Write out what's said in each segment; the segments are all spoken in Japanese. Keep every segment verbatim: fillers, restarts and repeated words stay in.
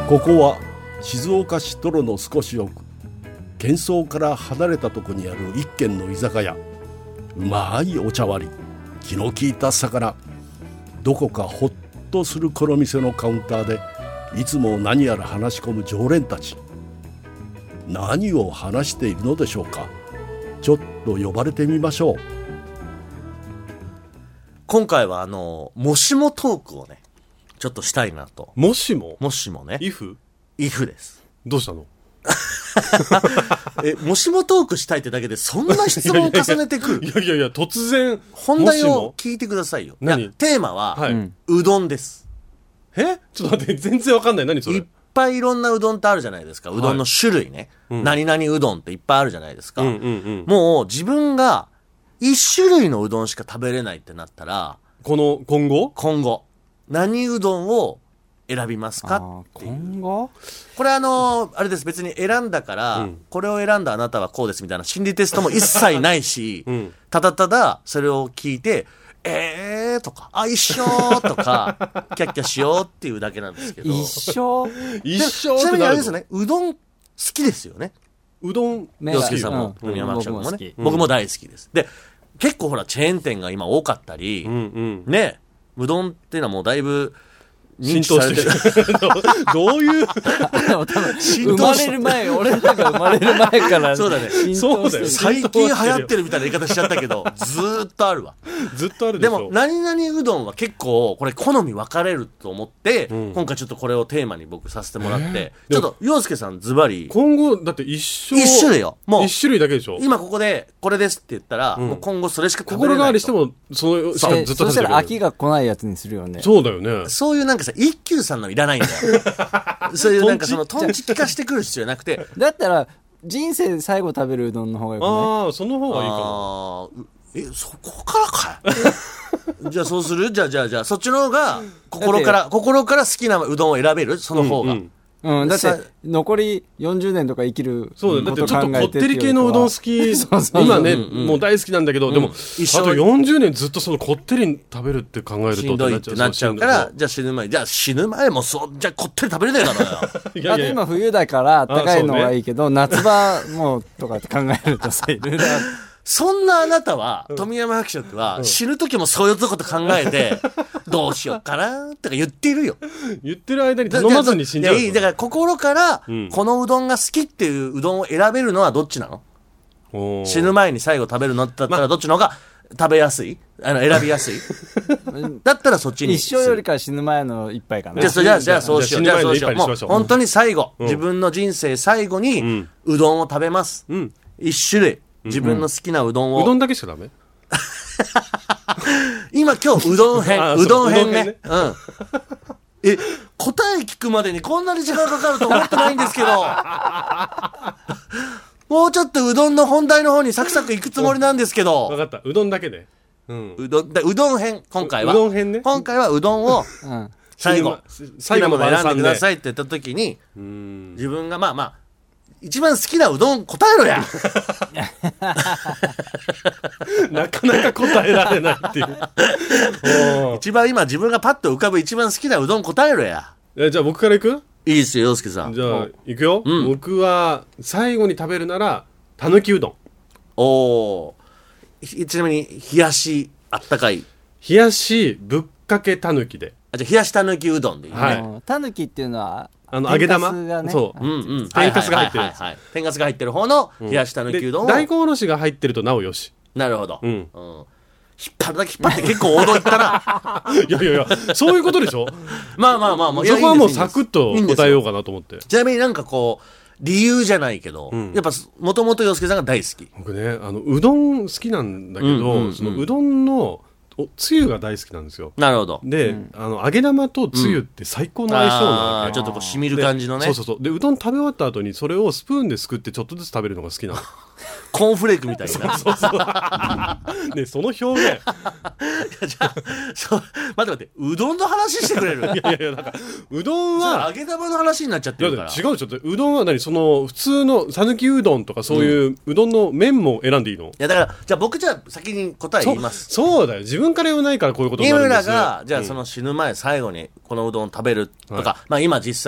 ここは静岡市泥の少し奥、喧騒から離れたとこにある一軒の居酒屋。うまいお茶割り、気の利いた魚、どこかほっとするこの店のカウンターでいつも何やら話し込む常連たち。何を話しているのでしょうか。ちょっと呼ばれてみましょう。 今回はあのもしもトークをねちょっとしたいなと。 もしももしもね if if です。 どうしたのえもしもトークしたいってだけでそんな質問を重ねてくる。 いやいやいや突然本題を聞いてくださいよ。 何いやテーマは、 はい、 うどんです。 えちょっと待って、全然わかんない。何それ。 いっぱいいろんなうどんってあるじゃないですか。うどんの種類ね、はい、何々うどんっていっぱいあるじゃないですか、 うんうんうん、 もう自分が一種類のうどんしか食べれないってなったら、 この今後今後何うどんを選びますかっていう。 今後これあのー、あれです。別に選んだから、うん、これを選んだあなたはこうですみたいな心理テストも一切ないし、うん、ただただそれを聞いてえーとかあ一緒とかキャッキャしようっていうだけなんですけど。 一緒一緒ちなみにあれですね、うどん好きですよね。 うどん洋介さんも富山さんもね、僕も大好きです。で結構ほらチェーン店が今多かったり、うんうん、ね、うどんっていうのはもうだいぶ認知されてる。 どういう生まれる前、俺らが生まれる前からそうだね、 そうだよ。 最近流行ってるみたいな言い方しちゃったけどずーっとあるわ。 ずっとあるでしょ。 でも何々うどんは結構これ好み分かれると思って、うん、今回ちょっとこれをテーマに僕させてもらって、えー、ちょっと陽介さんズバリ今後だって一緒一種類よ。もう一種類だけでしょ。今ここでこれですって言ったら、うん、もう今後それしか食べれないと。 心変わりしてもそのしかずっと食べてる。 そしたら飽きが来ないやつにするよね。 そうだよね。 そういうなんかさ一休さんのいらないんだよ。そういうなんかそのトンチキ化してくる必要なくてだったら人生で最後食べるうどんの方がよくない？ ああその方がいいかも。 えそこからかい。じゃあそうする。じゃあじゃあじゃあそっちの方が心から心から好きなうどんを選べる。その方が、うんうんうん、だって残りよんじゅうねんとか生きるそうだよ。だってちょっとこってり系のうどん好きそうそう今ね、うんうん、もう大好きなんだけど、うん、でもあとよんじゅうねんずっとそのこってり食べるって考えるとしんどいってなっちゃうから、じゃあ死ぬ前じゃあ死ぬ前もそうじゃあこってり食べれないからよ。 いやいや今冬だから暖かいのがいいけど、ね、夏場もうとかって考えるとさいろいろそんなあなたは、うん、富山伯爵は、うん、死ぬ時もそういうこと考えて、うん、どうしようかなとか言っているよ。 言ってる間に頼まずに死んじゃう。 いやいいだから心から、うん、このうどんが好きっていううどんを選べるのはどっちなの？死ぬ前に最後食べるのだったらどっちの方が食べやすい？あの選びやすい？だったらそっちに。 一生よりか死ぬ前の一杯かな。 じゃあじゃあじゃあそうしよう。じゃあそうしよう。もう本当に最後、うん、自分の人生最後に、うん、うどんを食べます。うん、一種類。自分の好きなうどんを、 うん、うどんだけしかダメ。 今今日うどん編うどん編ね、うん、え答え聞くまでにこんなに時間かかると思ってないんですけどもうちょっとうどんの本題の方にサクサクいくつもりなんですけど。 分かった。うどんだけで、 うん、うどんだうどん編今回はうどん編ね。 今回はうどんを、うん、最後好きなもの選んでくださいって言った時に、うん、自分がまあまあ一番好きなうどん答えろや。 なかなか答えられないっていう一番今自分がパッと浮かぶ一番好きなうどん答えろや。 えじゃあ僕からいく？ いいですよ陽介さん。 じゃあいくよ、うん、僕は最後に食べるならたぬきうどん。 おー、ちなみに冷やしあったかい冷やしぶっかけたぬきで。 あじゃあ冷やしたぬきうどんでいいね、 はい、たぬきっていうのはあの揚げ玉、 ね、 そう、うんうん、天かすが入ってるやつ、 天かすが入ってる方の冷やしたぬきうどんを、 大根おろしが入ってるとなおよし。 なるほど、うんうん、引っ張るだけ引っ張って結構王道いったな。 いやいやいやそういうことでしょ。 まあまあまあまあそこはもうサクッと答えようかなと思って。 ちなみになんかこう理由じゃないけど、うん、やっぱもともと洋介さんが大好き。 僕ねあのうどん好きなんだけど、うんうんうん、そのうどんのおつゆが大好きなんですよ。 なるほど。 で、うん、あの揚げ玉とつゆって最高の相性なわけ、 うん、ちょっとこうしみる感じのね。 そうそうそう。でうどん食べ終わった後にそれをスプーンですくってちょっとずつ食べるのが好きなの。 コーンフレークみたいな。 そうそうそうねその表現。いやじゃあそう待って待ってうどんの話してくれる。 いやいやなんかうどんは揚げ玉の話になっちゃってるから。 いや違うちょっとうどんは何その普通のさぬきうどんとかそういう、うん、うどんの麺も選んでいいの？いやだからじゃあ僕じゃあ先に答え言います。 そ, そうだよ自分から言わないからこういうことになるんですよ。 三村がじゃあその死ぬ前最後にこのうどん食べるとか、うん、まあ今実際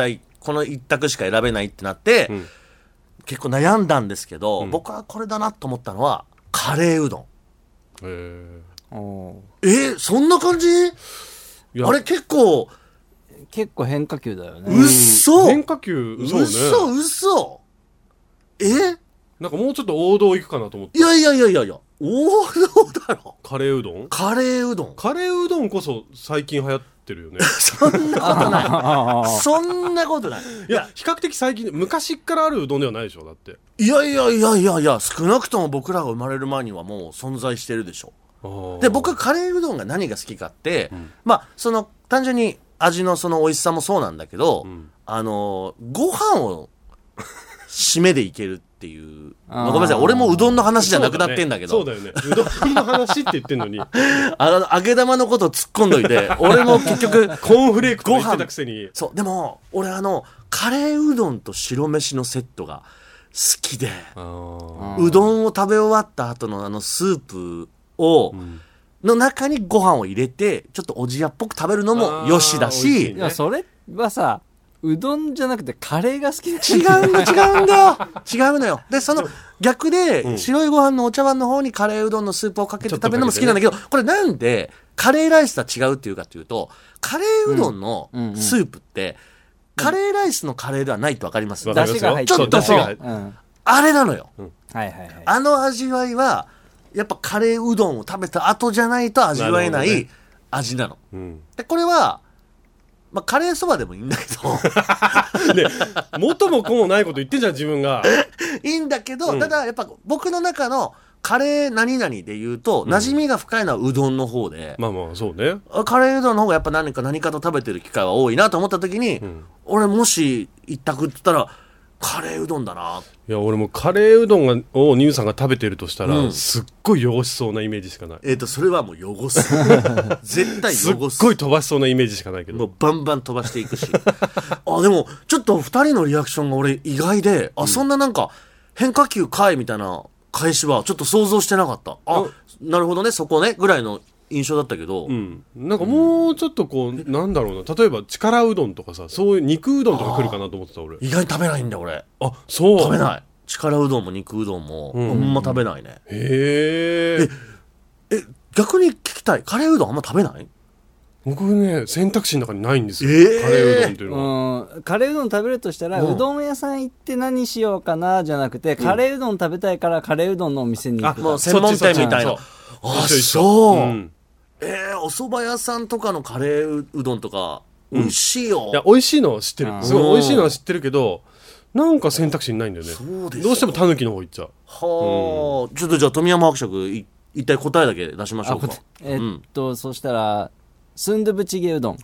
この一択しか選べないってなって、 うん、 結構悩んだんですけど、 うん、 僕はこれだなと思ったのはカレーうどん。 へーえー、そんな感じ？あれ結構結構変化球だよね。 うっそ、 変化球、そうね。 うっそうっそえなんかもうちょっと王道行くかなと思って。 いやいやいやいやいや、王道だろ。 カレーうどんカレーうどん。 カレーうどんこそ最近流行ってるよね。 そんなことない。そんなことない。 いや、比較的最近、昔からあるうどんではないでしょ、だって。 いやいやいやいやいや、少なくとも僕らが生まれる前にはもう存在してるでしょ。で、僕はカレーうどんが何が好きかって、うん、まあ、その、単純に味のその美味しさもそうなんだけど、うん、あの、ご飯を締めでいけるっていう。ごめんなさい、俺もうどんの話じゃなくなってんだけど。 そうだよね。うどんの話って言ってんのに。あの、揚げ玉のこと突っ込んどいて、俺も結局、 コーンフレークとか言ってたくせに。 そう、でも、俺あの、カレーうどんと白飯のセットが好きで、うどんを食べ終わった後のあのスープを、うん、の中にご飯を入れてちょっとおじやっぽく食べるのもよしだし、 いやそれはさうどんじゃなくてカレーが好きだ違うんだ違うんだよ違うのよ。でその逆で白いご飯のお茶碗の方にカレーうどんのスープをかけて食べるのも好きなんだけど、これなんでカレーライスとは違うっていうかというと、カレーうどんのスープってカレーライスのカレーではないと分かります？ 出汁が入ってちょっとそう、うん、あれなのよ、うん、 はいはいはい、 あの味わいはやっぱカレーうどんを食べた後じゃないと味わえない味なの。な、ね、うん、でこれは、まあ、カレーそばでもいいんだけどね、元も子もないこと言ってんじゃん自分がいいんだけど、うん、ただやっぱ僕の中のカレー何々で言うと、うん、馴染みが深いのはうどんの方で、 まあまあそうね、 カレーうどんの方がやっぱ何か何かと食べてる機会は多いなと思った時に、うん、俺もし一択って言ったらカレーうどんだな。 いや俺もカレーうどんがをニューさんが食べてるとしたら、うん、すっごい汚しそうなイメージしかない。 えっ、ー、とそれはもう汚す絶対汚す。 すっごい飛ばしそうなイメージしかないけど、 もうバンバン飛ばしていくしあでもちょっとふたりのリアクションが俺意外で、あ、うん、そんななんか変化球かいみたいな返しはちょっと想像してなかった。あ、なるほどね、そこねぐらいの印象だったけど、 うん、なんかもうちょっとこう、うん、なんだろうな、例えば力うどんとかさ、そういう肉うどんとか来るかなと思ってた俺。 意外に食べないんだ俺。 あ、そう食べない。力うどんも肉うどんも、うん、あんま食べないね。 へええ、逆に聞きたい、カレーうどんあんま食べない？ 僕ね選択肢の中にないんですよ、えー、カレーうどんっていうのは。うん、カレーうどん食べるとしたら、うん、うどん屋さん行って何しようかなじゃなくて、カレーうどん食べたいからカレーうどんのお店に行く。 あ、もう専門店みたいな。あ、そう、うん、えー、お蕎麦屋さんとかのカレーうどんとか美味しいよ、 うん、いや美味しいのは知ってる、すごい美味しいのは知ってるけど、なんか選択肢にないんだよね。そうです、どうしてもタヌキの方行っちゃう。 はあ、うん、ちょっとじゃあ富山伯爵い一体答えだけ出しましょうか。 えー、っと、うん、そしたらスンドゥブチゲうどん。ね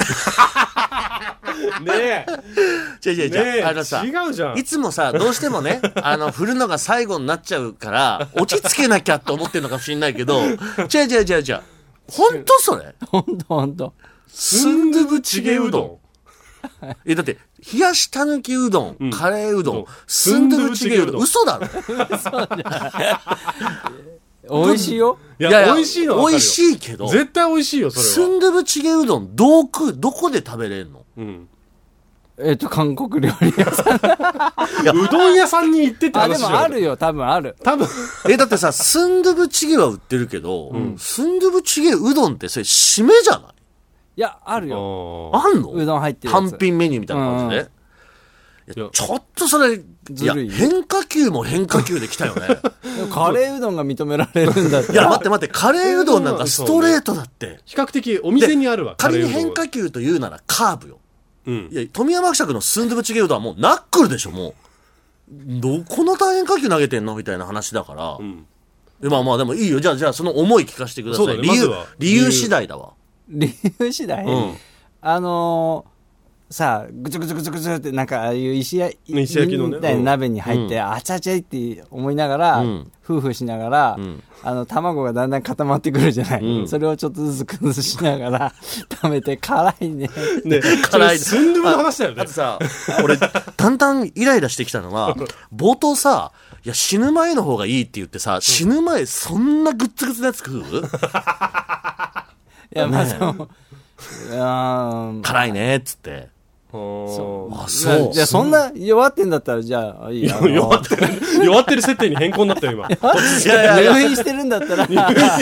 え。違う違う違う。あのさ、 違うじゃん。 いつもさ、どうしてもね、あの、振るのが最後になっちゃうから、落ち着けなきゃって思ってるのかもしれないけど、違う違う違う違う。ほんとそれ？ ほんとほんと。 スンドゥブチゲうどん。え、だって、冷やしたぬきうどん、うん、カレーうどん、スンドゥブチゲうどん、嘘だろ。嘘じゃ美味しいよ。 いや、いやいや美味しいのは美味しいけど、 絶対美味しいよ、それは。 スンドゥブチゲうどん、どうく、どこで食べれんの？うん。 えっと、韓国料理屋さん。 いや、うどん屋さんに行ってって話。 あ、でもあるよ、多分ある。 多分。 え、だってさ、スンドゥブチゲは売ってるけど、うん、スンドゥブチゲうどんってそれ、締めじゃない？ いや、あるよ。 あんの？ うどん入ってるやつ。 単品メニューみたいな感じで。いやちょっとそれ、いや、変化球も変化球で来たよね。 カレーうどんが認められるんだって。 いや、待って待って、カレーうどんなんかストレートだって。 比較的お店にあるわ。 仮に変化球というならカーブよ。うん。いや、富山伯爵のスンドゥブチゲうどんはもうナックルでしょ、もう。どこの変化球投げてんのみたいな話だから。うん。まあまあ、でもいいよ。じゃあ、じゃあ、その思い聞かせてください。ね、理由、理由次第だわ。 理由次第、うん、あのー、さあぐつぐつぐつぐつってなんかああいう石焼きみたいな鍋に入って、うん、あちゃちゃいって思いながら、うん、夫婦しながら、うん、あの卵がだんだん固まってくるじゃない、うん、それをちょっとずつ崩しながら食べて辛いねね辛いスンドゥブの話だよね。 あとさ俺だんだんイライラしてきたのは冒頭さいや死ぬ前の方がいいって言ってさ、死ぬ前そんなグッツグツなやつ食う？いやまあそう辛いねっつってああ、そう。 じゃあそんな弱ってんだったら、じゃあ、いいや。 弱ってる、弱ってる設定に変更になったよ、今。 いやいや入院してるんだったら。 ス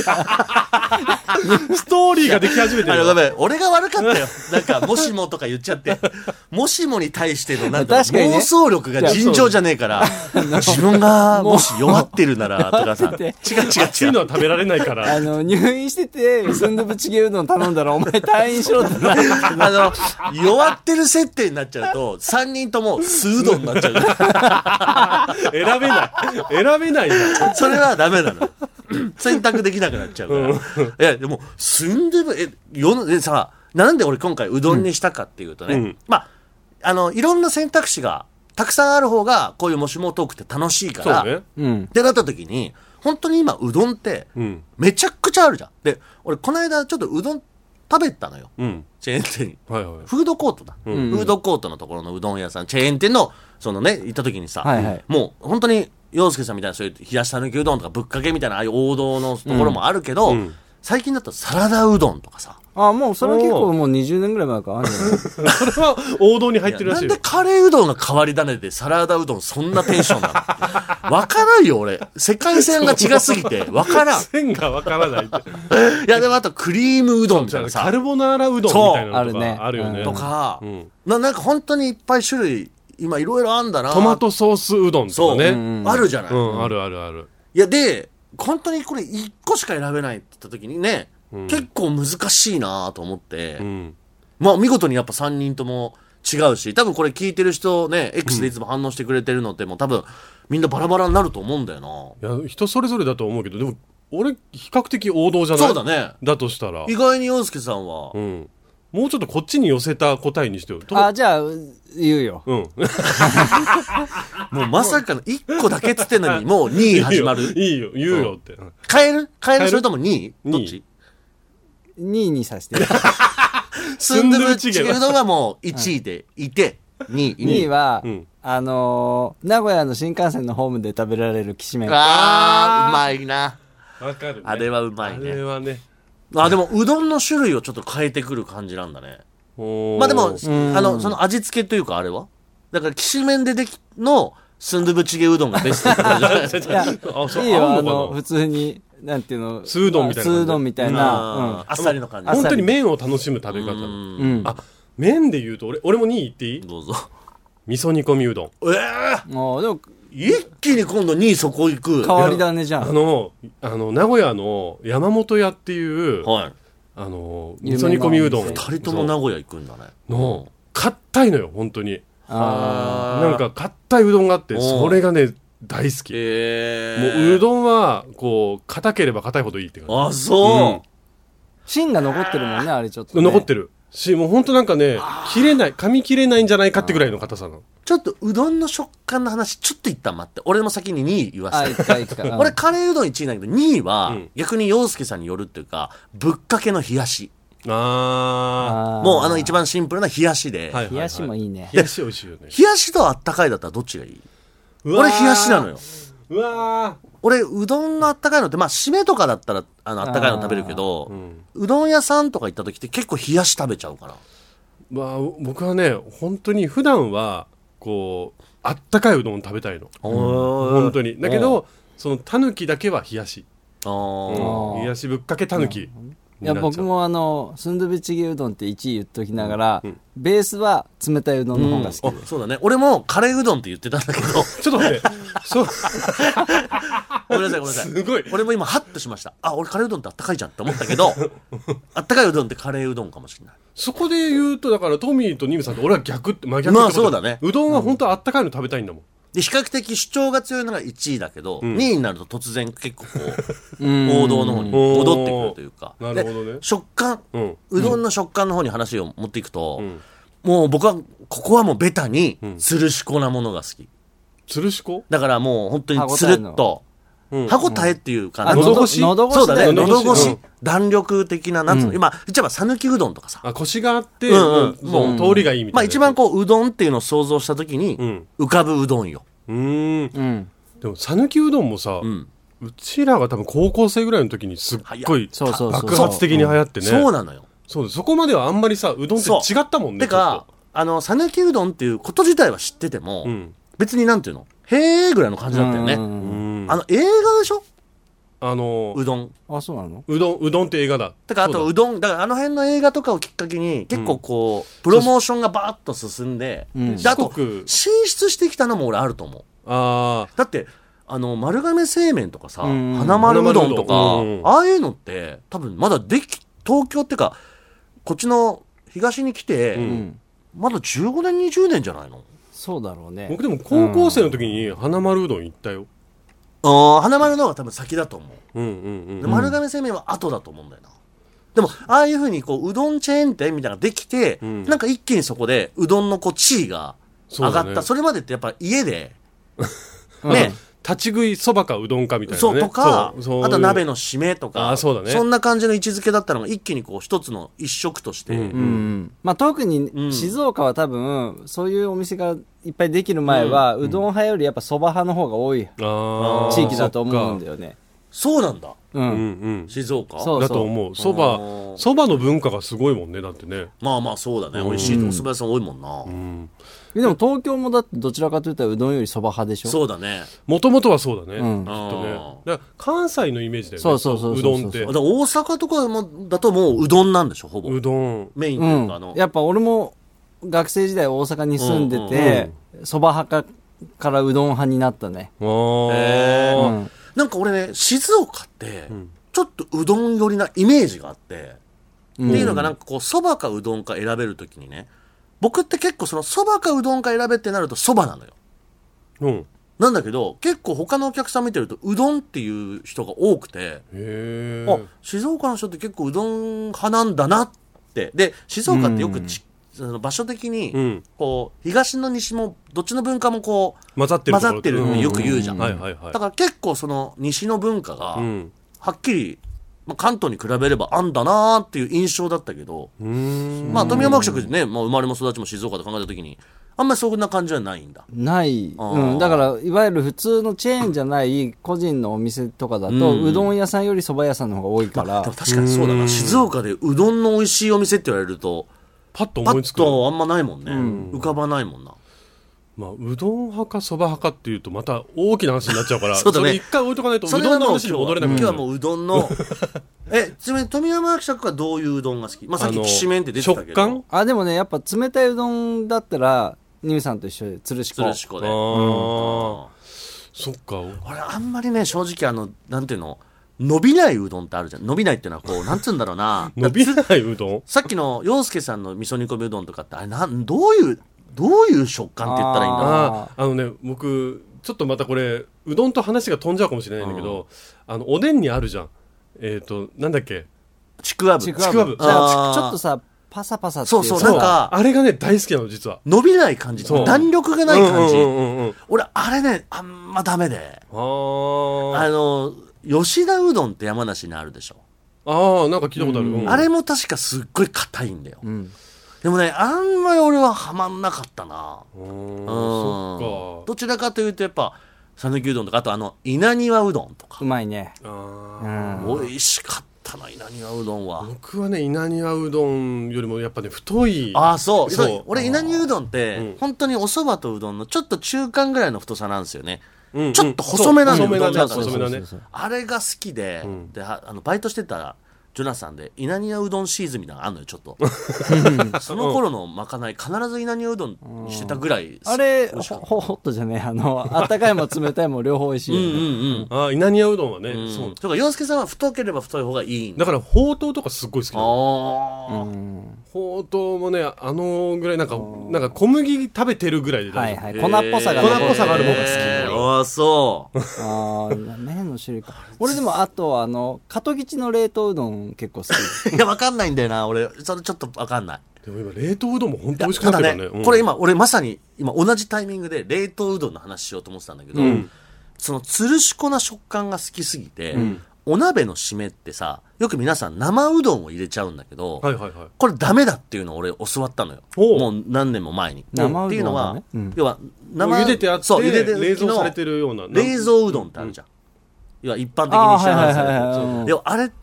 トーリーができ始めてる。 あの、ごめん、俺が悪かったよ。なんか、もしもとか言っちゃって。もしもに対しての、なんか、 確かにね妄想力が尋常じゃねえから、自分が、もし弱ってるなら、とかさ、違う違う違う。 熱いのは食べられないから。 あの、入院してて、スンドゥブチゲうどん頼んだら、お前退院しろってなる。 あの、弱ってる設定になっちゃうと、さんにんとも酢うどんになっちゃう。 選べない。選べないんだ。 それはダメなの。選択できなくなっちゃうから。いや、でも、スンドゥブ、え、よでさ、なんで俺今回うどんにしたかっていうとね、 うん、 まあ、あの、いろんな選択肢がたくさんある方が、こういうもしもトークって楽しいから、 そうね。 うん。 ってなった時に、本当に今うどんって、 うん。 めちゃくちゃあるじゃん。で、俺この間ちょっとうどん食べたのよ。 うん。 チェーン店に。 はいはい。 フードコートだ、 うんフードコートのところのうどん屋さん、チェーン店の、そのね、行った時にさ、 はいはい。 もう本当に、洋介さんみたいなそういう冷やしたぬきうどんとかぶっかけみたいなああいう王道のところもあるけど、 うんうん最近だとサラダうどんとかさ。 あ、もうそれは結構もうにじゅうねんぐらい前からあるんじゃないそれは王道に入ってるらしいよ。 なんでカレーうどんが変わり種でサラダうどんそんなテンションなのわからんよ俺。世界線が違すぎてわからん。 線がわからないって。 いやでもあとクリームうどんみたいなさ。 カルボナーラうどんみたいなのとかあるよね。 とか、 うんな、なんか本当にいっぱい種類、今いろいろあんだな。 トマトソースうどんとそう、 かね。 うんあるじゃない。 うん、あるあるある。 いやで、本当にこれいっこしか選べないって言った時にね、 うん結構難しいなと思って、 うん。 まあ見事にやっぱさんにんとも違うし、多分これ聞いてる人ね、X でいつも反応してくれてるのってもう多分みんなバラバラになると思うんだよな。 いや、人それぞれだと思うけど、でも、俺、比較的王道じゃない？ そうだね。 だとしたら。 意外に洋介さんは、 うん。もうちょっとこっちに寄せた答えにしてよ。とあ、じゃあ、言うよ。 うん。 もうまさかのいっこだけっつってんのにもうにい始まる。 いいよ、言うよって。 変える変え変えるるそれともにいどっにちにいにさせて。 スンドゥブチゲうどんはもういちいでいて、にい。 にいは、 うんあのー、名古屋の新幹線のホームで食べられるきしめん。 あー、うまいな。 わかるね。 あれはうまいあれね。 はね。 あ、でもうどんの種類をちょっと変えてくる感じなんだね。 おーまあでも、 んあの、その味付けというかあれはだから、きしめんででき、の、スンドゥブチゲうどんがベストってことじゃないいや、 あ、そういいよ、あ合うのの、 かな普通に、なんていうの、 酢うどんみたいな感じ酢うどんみたいな。 あーあっさりの感じ。 あっさり本当に麺を楽しむ食べ方。 うんうん。うん。 あ、麺で言うと、俺、俺もにい言っていい？ どうぞ。 味噌煮込みうどん。 ええもう、でも、 一気に今度にいそこ行く。 変わり種じゃあん。 の、あの、名古屋の山本屋っていう、 はい。 あの、 有名な味噌煮込みうどん。 お店二人とも名古屋行くんだね。 の、硬いのよ、本当に。 あなんか、硬いうどんがあって、 おうそれがね、大好き。 えもう、うどんは、こう、硬ければ硬いほどいいって感あ、そー芯が残ってるもんね、あれちょっとじ。 ね。 残ってる。し、もう本当なんかね、切れない、噛み切れないんじゃないかってぐらいの硬さなの。 う。ちょっとうどんの食感の話、ちょっと一旦待って。俺も先ににい言わあ、 せて。 一回一回。 俺、カレーうどんいちいなんだけど、にいは、 うん逆に洋介さんによるっていうか、ぶっかけの冷やし。 ああーもう、あの、一番シンプルな冷やしで。 ー。はいはいはい冷やしもいいね。 冷やし美味しいよね。 冷やしとあったかいだったらどっちがいい？ うわー俺、冷やしなのよ。 うわ俺、うどんのあったかいのって、まあ、締めとかだったら、あの、あったかいの食べるけどー。う、ん。 うどん屋さんとか行った時って結構冷やし食べちゃうから。 まあ、僕はね、本当に普段は、こう、あったかいうどん食べたいの。本本当に。だけど、その、たぬきだけは冷やし。 あうーん冷やしぶっかけたぬき。 いや、僕もあの、スンドゥブチゲうどんっていちい言っときながら、 うんベースは冷たいうどんの方が好きあです。 そうだね。俺もカレーうどんって言ってたんだけど、 ちょっと待って。そう、 ごめんなさいごめんなさい。 すごい。 俺も今ハッとしました。あ、俺カレーうどんってあったかいじゃんって思ったけど、あったかいうどんってカレーうどんかもしれない。 そこで言うと、だからトミーとニムさんと俺は逆って、真逆ってことまあそうだねうどんは本当はあったかいの食べたいんだもん。 で、比較的主張が強いのがいちいだけど、 んにいになると突然結構こう、 うん王道の方に戻ってくるというか。 なるほどねで食感、 うん。 うどんの食感の方に話を持っていくと、 んもう僕は、ここはもうベタに、つるしこなものが好き。 つるしこだからもう本当につるっと、 うん歯応えっていうか、 あなんか喉越し喉越しそうだね、 喉喉越し越しうん、 弾力的な、なんつうの、今、言っちゃえば讃岐うどんとかさ、 あ、腰があって、 うんうんもう通りがいいみたいな。 まあ一番こう、うどんっていうのを想像したときに、 うん。 浮かぶうどんよ。 うーん。 うん。 でも、讃岐うどんもさ、 う。 うんちらが多分高校生ぐらいの時にすっごいそうそうそう。 爆発的に流行ってね。 そうなのよ。 そうです。そこまではあんまりさ、うどんって違ったもんね。 てか、 あの讃岐うどんっていうこと自体は知ってても、うん、別になんていうのへーぐらいの感じだったよね。あの映画でしょ、 あのうどん。 あ、そうなの？ うどん、うどんって映画だ。 だからあとうどん、だからあの辺の映画とかをきっかけに結構こう、うん、プロモーションがバーッと進んで、うん、であと進出してきたのも俺あると思う。あだってあの丸亀製麺とかさ、うん、花丸うどんとか、うん、ああいうのって多分まだでき東京ってかこっちの東に来て、うん、まだじゅうごねんにじゅうねんじゃないの？ そうだろうね。 僕でも高校生の時に花丸うどん行ったよ。 ああ、花丸の方が多分先だと思う。うんうんうん、で丸亀製麺は後だと思うんだよな。でもああいう風にこううどんチェーン店みたいなのができて、うん、なんか一気にそこでうどんのこう地位が上がった。 そ,、ね、それまでってやっぱ家でね立ち食いそばかうどんかみたいなね。 そうとか、そうそう、あと鍋の締めとか、 あ、そうだね、 そんな感じの位置づけだったのが一気にこう一つの一食として、うんうん、 まあ、特に静岡は多分そういうお店がいっぱいできる前は、うん、うどん派よりやっぱそば派の方が多い地域だと思うんだよね。 そうなんだ、 うんうんうん、静岡そうそうだと思う。そばそばの文化がすごいもんね。だってね、 まあまあそうだね、美味しいお蕎麦屋さん多いもんな、うん、 でも東京もだってどちらかというとうどんよりそば派でしょ。 そうだね、 もともとはそうだね、 うん、 きっとね。だから関西のイメージだよね。 そうそうそうそううどんって。 だから大阪とかもだともううどんなんでしょ、ほぼうどんメインというか、あの、 うん、やっぱ俺も学生時代大阪に住んでてそば、うんうん、派からうどん派になったね。 へー、うん、なんか俺ね静岡ってちょっとうどん寄りなイメージがあって、うん、っていうのがなんかこうそばかうどんか選べるときにね、僕って結構そのそばかうどんか選べってなるとそばなのよ、うん、なんだけど結構他のお客さん見てるとうどんっていう人が多くて、 へー、 あ、静岡の人って結構うどん派なんだなって。で静岡ってよくち、うん、その場所的にこう東の西もどっちの文化もこう混ざってる混ざってるってよく言うじゃん。 はいはいはい。 だから結構その西の文化がはっきり、まあ、関東に比べればあんだなーっていう印象だったけど、うーん、まあ富山伯爵ね、まあ、生まれも育ちも静岡で考えた時にあんまりそんな感じはないんだ。 ない、うん、だからいわゆる普通のチェーンじゃない個人のお店とかだと、うん、うどん屋さんより蕎麦屋さんの方が多いから、まあ、 でも確かにそうだな。静岡でうどんの美味しいお店って言われるとパッと思いつく。パッとあんまないもんね、うん、浮かばないもんな。 まあ、うどん派かそば派かっていうとまた大きな話になっちゃうからそうだね、 それ一回置いとかないとうどんの話に戻れなくなる。 今日はもううどんのえちなみに富山伯爵はどういううどんが好き？まあ、さっききしめんって出てたけど、 食感あでもねやっぱ冷たいうどんだったらニムさんと一緒でつるしこつるしこで、あ、うん、 そっか。 俺あんまりね正直あのなんていうの伸びないうどんってあるじゃん。伸びないっていうのはこうなんつうんだろうな伸びないうどん、 さっきの陽介さんの味噌煮込みうどんとかってあれなんどういうどういう食感って言ったらいいんだろう。 ああのね僕ちょっとまたこれうどんと話が飛んじゃうかもしれないんだけど、うん、あのおでんにあるじゃん、えっ、ー、となんだっけ、 ちくわぶ。 ちくわぶ。ちょっとさパサパサっていう。 そうそう、なんかあれがね大好きなの実は。 伸びない感じ、弾力がない感じ、うんうんうんうん、俺あれねあんまダメで、あの吉田うどんって山梨にあるでしょ。 ああなんか聞いたことある、うん、 あれも確かすっごい硬いんだよ、うん、でもねあんまり俺はハマんなかったな。うん、そっか。どちらかというとやっぱ讃岐うどんとかあとあの稲庭うどんとかうまいね。 あ、うん、美味しかったな稲庭うどんは。 僕はね稲庭うどんよりもやっぱね太い。 ああそうそう、俺稲庭うどんって、うん、本当にお蕎麦とうどんのちょっと中間ぐらいの太さなんですよね、うんうん、ちょっと細めなんだよ、うどんの中で。あれが好きで、うん、であのバイトしてたらジョナサンで稲庭うどんシーズンみたいなのあんのよちょっとその頃のまかない必ず稲庭うどんにしてたぐらい、うん、 あれホットじゃねえ、あのあったかいも冷たいも両方美味しいよね。うんうんうん、あ稲庭うどんはね、うん、 そうとか洋介さんは太ければ太い方がいいんだからほうとうとかすっごい好きなの。あほうとうもねあのぐらいなんかなんか小麦食べてるぐらいで大丈夫、 はいはい、粉っぽさが、 ね、粉っぽさがある方が好き。 ああそうあ麺の種類か。俺でもあとあの加藤吉の冷凍うどん結構好きいや分かんないんだよな俺それちょっと分かんない。 でも今冷凍うどんも本当美味しくなってるからね。 ただね、うん、これ今俺まさに今同じタイミングで冷凍うどんの話しようと思ってたんだけど、うん、そのつるしこな食感が好きすぎて、うん、お鍋の締めってさよく皆さん生うどんを入れちゃうんだけど、はいはいはい、これダメだっていうのを俺教わったのよもう何年も前に。 生うどん、ね、 っていうのは、 うん、 要は生茹でてあってそう茹でて冷蔵されてるような冷蔵うどんってあるじゃん、うん、要は一般的に知らないですけど、要はあれって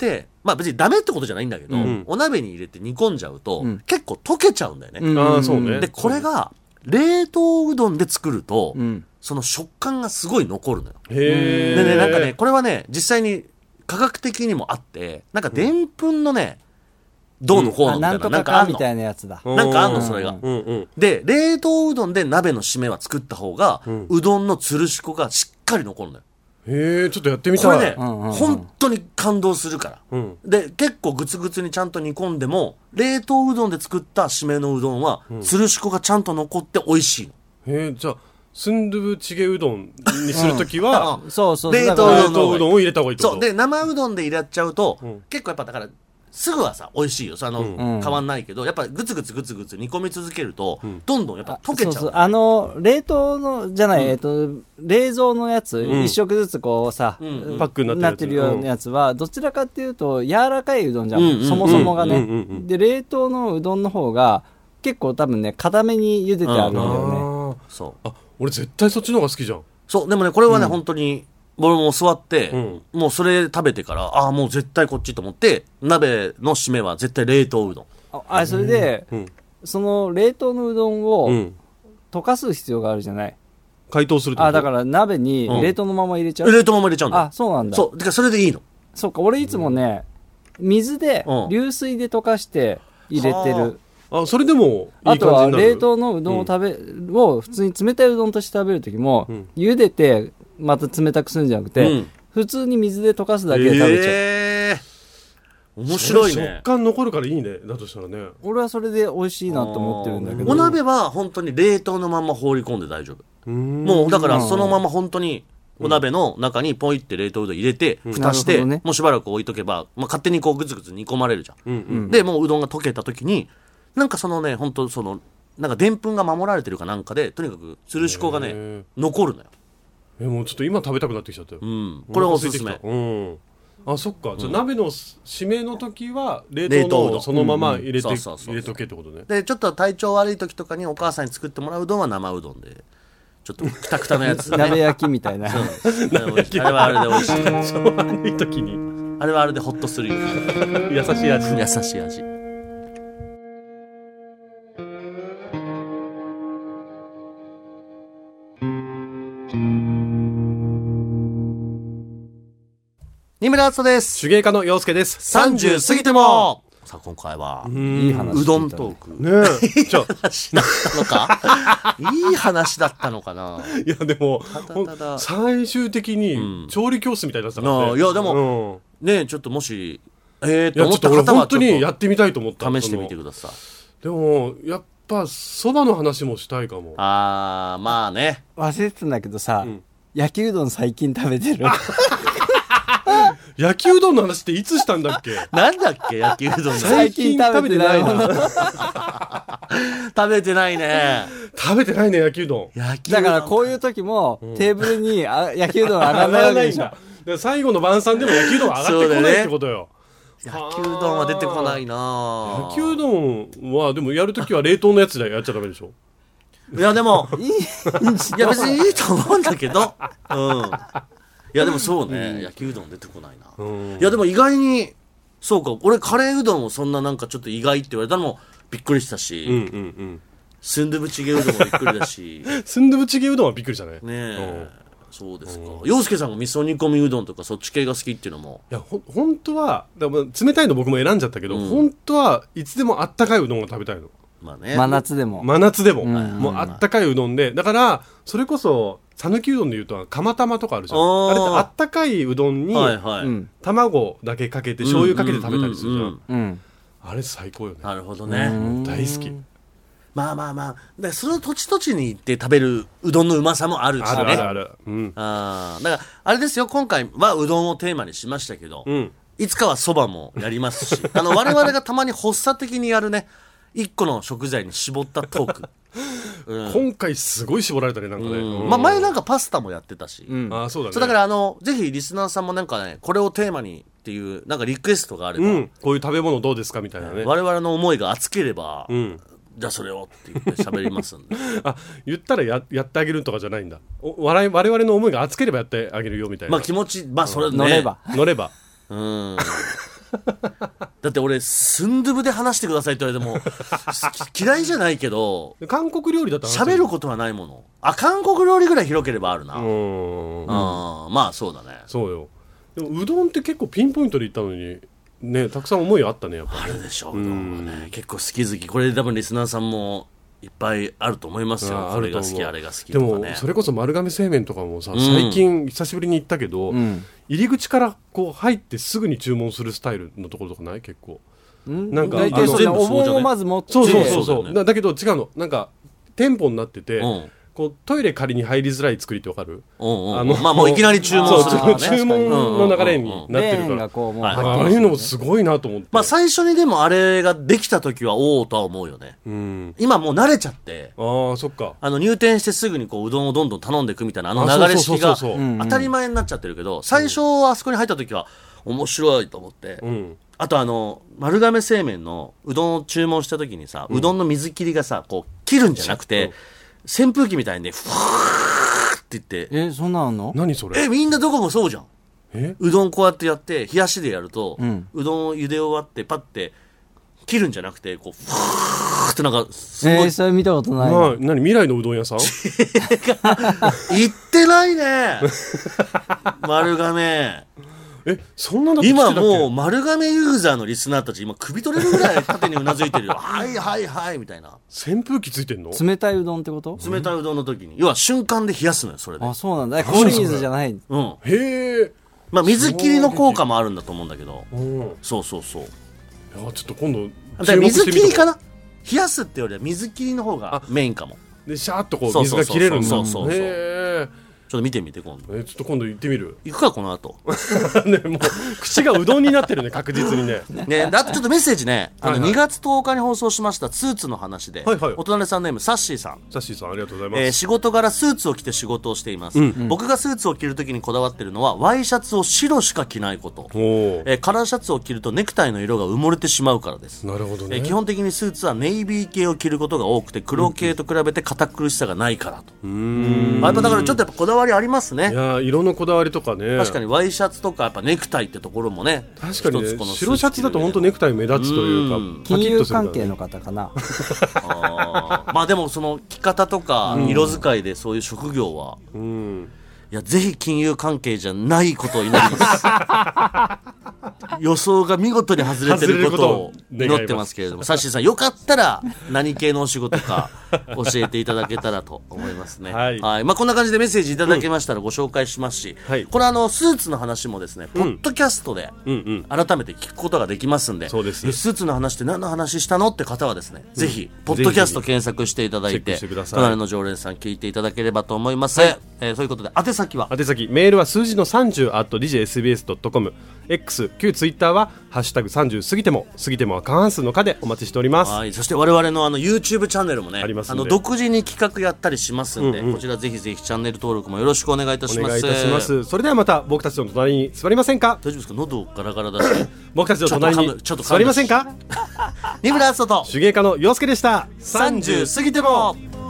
まあ別にダメってことじゃないんだけど、うん、お鍋に入れて煮込んじゃうと、うん、結構溶けちゃうんだよね、 うん、ああそうね。 でこれが冷凍うどんで作ると、うん、その食感がすごい残るのよ。 へでね、なんかねこれはね実際に科学的にもあって、なんかでんぷんのね、うん、どうのこうのみたいな、 うん、なんとかかみたいなやつだ。 なんかあんのそれが、うんうん、で冷凍うどんで鍋の締めは作った方が、うん、うどんのつるし粉がしっかり残るのよ。 へえ、ちょっとやってみたい。 これね、うんうんうん、本当に感動するから、うん、で結構グツグツにちゃんと煮込んでも冷凍うどんで作った締めのうどんは、うん、つるし粉がちゃんと残って美味しいの。 へえ、じゃあスンドゥブチゲうどんにするときは、 うん、 そうそう冷凍うどんを入れた方がいいってこと。 そうで生うどんで入れちゃうと、うん、結構やっぱだからすぐはさ美味しいよ、その、うん、変わんないけどやっぱグツグツグツグツ煮込み続けると、うん、どんどんやっぱ溶けちゃう、ね、 そうそう、あの冷凍のじゃない、うん、えっと冷蔵のやつ、うん、一食ずつこうさ、うん、 パックになってるようなやつは、うん、どちらかっていうと柔らかいうどんじゃん、うん、そもそもがね、うんうんうん、で冷凍のうどんの方が結構多分ね固めに茹でてあるんだよね。 そう、 あ、俺絶対そっちの方が好きじゃん。 そうでもねこれはね、うん、本当に俺も教わって、うん、もうそれ食べてからああもう絶対こっちと思って鍋の締めは絶対冷凍うどん。 ああそれで、うん、その冷凍のうどんを溶かす必要があるじゃない。 解凍するってこと。 あだから鍋に冷凍のまま入れちゃう、 うん、冷凍のまま入れちゃうんだよ。 あそうなんだ。 そうだからそれでいいの。 そうか俺いつもね、うん、水で流水で溶かして入れてる。 あそれでもいい感じになる。 あとは冷凍のうどんを食べ、うん、を普通に冷たいうどんとして食べるときも、うん、茹でてまた冷たくするんじゃなくて、うん、普通に水で溶かすだけで食べちゃう。 えー、面白いね。 食感残るからいいね。だとしたらね俺はそれで美味しいなと思ってるんだけど。 お鍋は本当に冷凍のまま放り込んで大丈夫。うーんもうだからそのまま本当にお鍋の中にポイって冷凍うどん入れて、うん、蓋して、ね、もうしばらく置いとけば、まあ、勝手にこうグツグツ煮込まれるじゃん、うんうん、でもううどんが溶けた時になんかそのね本当そのなんかでんぷんが守られてるかなんかでとにかくつるし粉がね残るのよ。 えもうちょっと今食べたくなってきちゃったよ、 うん、これおすすめ。 うん、あそっか、じゃあ鍋の締めの時は冷凍のそのまま入れて入れとけってことね。 でちょっと体調悪い時とかにお母さんに作ってもらううどんは生うどんでちょっとくたくたのやつ、ね、 鍋焼きみたいな鍋焼きあれはあれで美味しい悪い時にあれはあれでホッとするよ優しい味優しい味。二村敦です。 手芸家の陽介です。 さんじゅう過ぎてもさあ今回はいい話うどんトークねえいい話だったのかいい話だったのかな。 いやでもただ最終的に調理教室みたいになってたからね、 うん、いやでも、うん、ねえちょっともしえーって思った方はちょっと本当にやってみたいと思った。 試してみてください。 でもやっぱそばの話もしたいかも。 あーまあね忘れてたんだけどさ、うん、焼きうどん最近食べてる焼きうどんの話っていつしたんだっけなんだっけ焼きうどん最近食べてないな食べてないね食べてないね焼きうどん。 焼きうどんだからこういう時も、うん、テーブルにあ焼きうどん上がらないわけでしょ。 最後の晩餐でも焼きうどん上がってこないってことよ。 焼きうどんは出てこないな。 焼きうどんはでもやるときは冷凍のやつでやっちゃダメでしょ。 いやでもいいいや別にいいと思うんだけどうんいやでもそうね、うん、焼きうどん出てこないな、うん、いやでも意外にそうか俺カレーうどんもそんななんかちょっと意外って言われたのもびっくりしたし、うんうんうん、スンドゥブチゲうどんもびっくりだしスンドゥブチゲうどんはびっくりしたね。ねえ、うんそうですか。陽介さんが味噌煮込みうどんとかそっち系が好きっていうのも。 いやほ本当はでも冷たいの僕も選んじゃったけど、うん、本当はいつでもあったかいうどんが食べたいの。 まあね、 真夏でも真夏でも、うん、もうあったかいうどんでだからそれこそ讃岐うどんでいうと釜玉とかあるじゃん。 あ, あれってあったかいうどんに、はいはい、卵だけかけて醤油かけて食べたりするじゃん、うんうんうん、あれ最高よね。 なるほどね。 大好き。 まあまあまあでその土地土地に行って食べるうどんのうまさもあるしね。あるあるある、うん、 あだからあれですよ今回はうどんをテーマにしましたけど、うん、いつかはそばもやりますしあの我々がたまに発作的にやるね一個の食材に絞ったトーク、 うん、今回すごい絞られたねなんかね、 うんまあ、前なんかパスタもやってたし、 うん、あそうだね。 そうだからあのぜひリスナーさんもなんかねこれをテーマにっていうなんかリクエストがあれば、うん、 こういう食べ物どうですかみたいなね我々の思いが熱ければ、うんじゃあそれをって言って喋りますんであ言ったら や, やってあげるとかじゃないんだ。お我々の思いが熱ければやってあげるよみたいな。 まあ気持ちまあそれね乗れば乗ればうんだって俺スンドゥブで話してくださいって言われても嫌いじゃないけど韓国料理だったら喋ることはないもの。あ、韓国料理ぐらい広ければあるな。うん、 あまあそうだね。 そうよ。でもうどんって結構ピンポイントで言ったのにね、たくさん思いあったねやっぱり、ね、 あるでしょう、うどんはね。結構好き好き、これで多分リスナーさんもいっぱいあると思いますよ。これが好きあれが好きとかね。 でもそれこそ丸亀製麺とかもさ、最近久しぶりに行ったけど、うん、入り口からこう入ってすぐに注文するスタイルのところとかない？結構なんか大体そのお盆をまず持って、 そうそうそうそう、ね、だ, だけど違うの、なんか店舗になってて、うん、こうトイレ仮に入りづらい作りってわかる？ うんうん、あのまあもういきなり注文する、 ね、注文の流れになってるから、ああいうのもすごいなと思って。 まあ最初にでもあれができた時はおおとは思うよね、うん、今もう慣れちゃって、 ああそっか、 あの入店してすぐにこううどんをどんどん頼んでいくみたいなあの流れ式が当たり前になっちゃってるけど、最初あそこに入った時は面白いと思って、うん、あとあの丸亀製麺のうどんを注文した時にさ、うどんの水切りがさこう切るんじゃなくて、うん、扇風機みたいにふわーって言って、 えそんなんあんの？ 何それ？ えみんなどこもそうじゃん。えうどんこうやってやって冷やしでやると、うん、うどんを茹で終わってパッて切るんじゃなくてこうふわーってなんかすごい、 えー、それ見たことない。 な何未来のうどん屋さん？ 行ってないね丸亀。えそんなの今もう丸亀ユーザーのリスナーたち今首取れるぐらい縦にうなずいてるよはいはいはいみたいな。 扇風機ついてんの？ 冷たいうどんってこと？ 冷たいうどんの時に要は瞬間で冷やすのよ。それで。 あそうなんだ。氷水じゃない。 うん。 へえ。 まあ水切りの効果もあるんだと思うんだけど、そうそうそう。いやちょっと今度だ水切りかな。冷やすってよりは水切りの方がメインかも。 でシャーッとこう水が切れるんだ。 そうそうそうそう。へーちょっと見てみて今度。 えちょっと今度行ってみる。 行くかこの後。 ねもう口がうどんになってるね確実にね。 ねあとちょっとメッセージね。あのはい、はい、にがつとおかに放送しましたスーツの話で、はいはい、お隣さんネームサッシーさん。 サッシーさんありがとうございます。 えー、仕事柄スーツを着て仕事をしています。うんうん、僕がスーツを着るときにこだわってるのはワイシャツを白しか着ないこと。えー、カラーシャツを着るとネクタイの色が埋もれてしまうからです。 なるほどね。 えー、基本的にスーツはネイビー系を着ることが多くて黒系と比べて堅苦しさがないからと。うーん。やっぱだからちょっとやっぱこだわりありますね。 いや色のこだわりとかね。 確かにワイシャツとかやっぱネクタイってところもね。 確かに、ね、白シャツだと本当ネクタイ目立つというか、う金融関係の方かな。 あまあでもその着方とか色使いでそういう職業は、うん、いやぜひ金融関係じゃないことを祈ります予想が見事に外れてることを祈ってますけれども、サッシーさんよかったら何系のお仕事か教えていただけたらと思いますね。はい、はい、まあ、こんな感じでメッセージいただけましたらご紹介しますし、うん、これあのスーツの話もですね、うん、ポッドキャストで改めて聞くことができますんで、そうです。スーツの話って何の話したのって方はですね、うん、ぜひポッドキャスト検索していただいて隣の常連さん聞いていただければと思います。はい、えー、そういうことで宛先は宛先メールは数字の さんじゅう アット ディジエスビーエス ドット コム X 旧ツイッターはハッシュタグさんじゅう過ぎても過ぎてもは過半数の課でお待ちしております。 はい、そして我々のあの YouTube チャンネルもねありますんで、あの独自に企画やったりしますんで、うんうん、こちらぜひぜひチャンネル登録もよろしくお願いいたします。 お願いいたします。それではまた僕たちの隣に座りませんか？ 大丈夫ですか？喉ガラガラだし僕たちの隣に座りませんか？ 二村敦人と手芸家の陽介でした。 さんじゅう過ぎても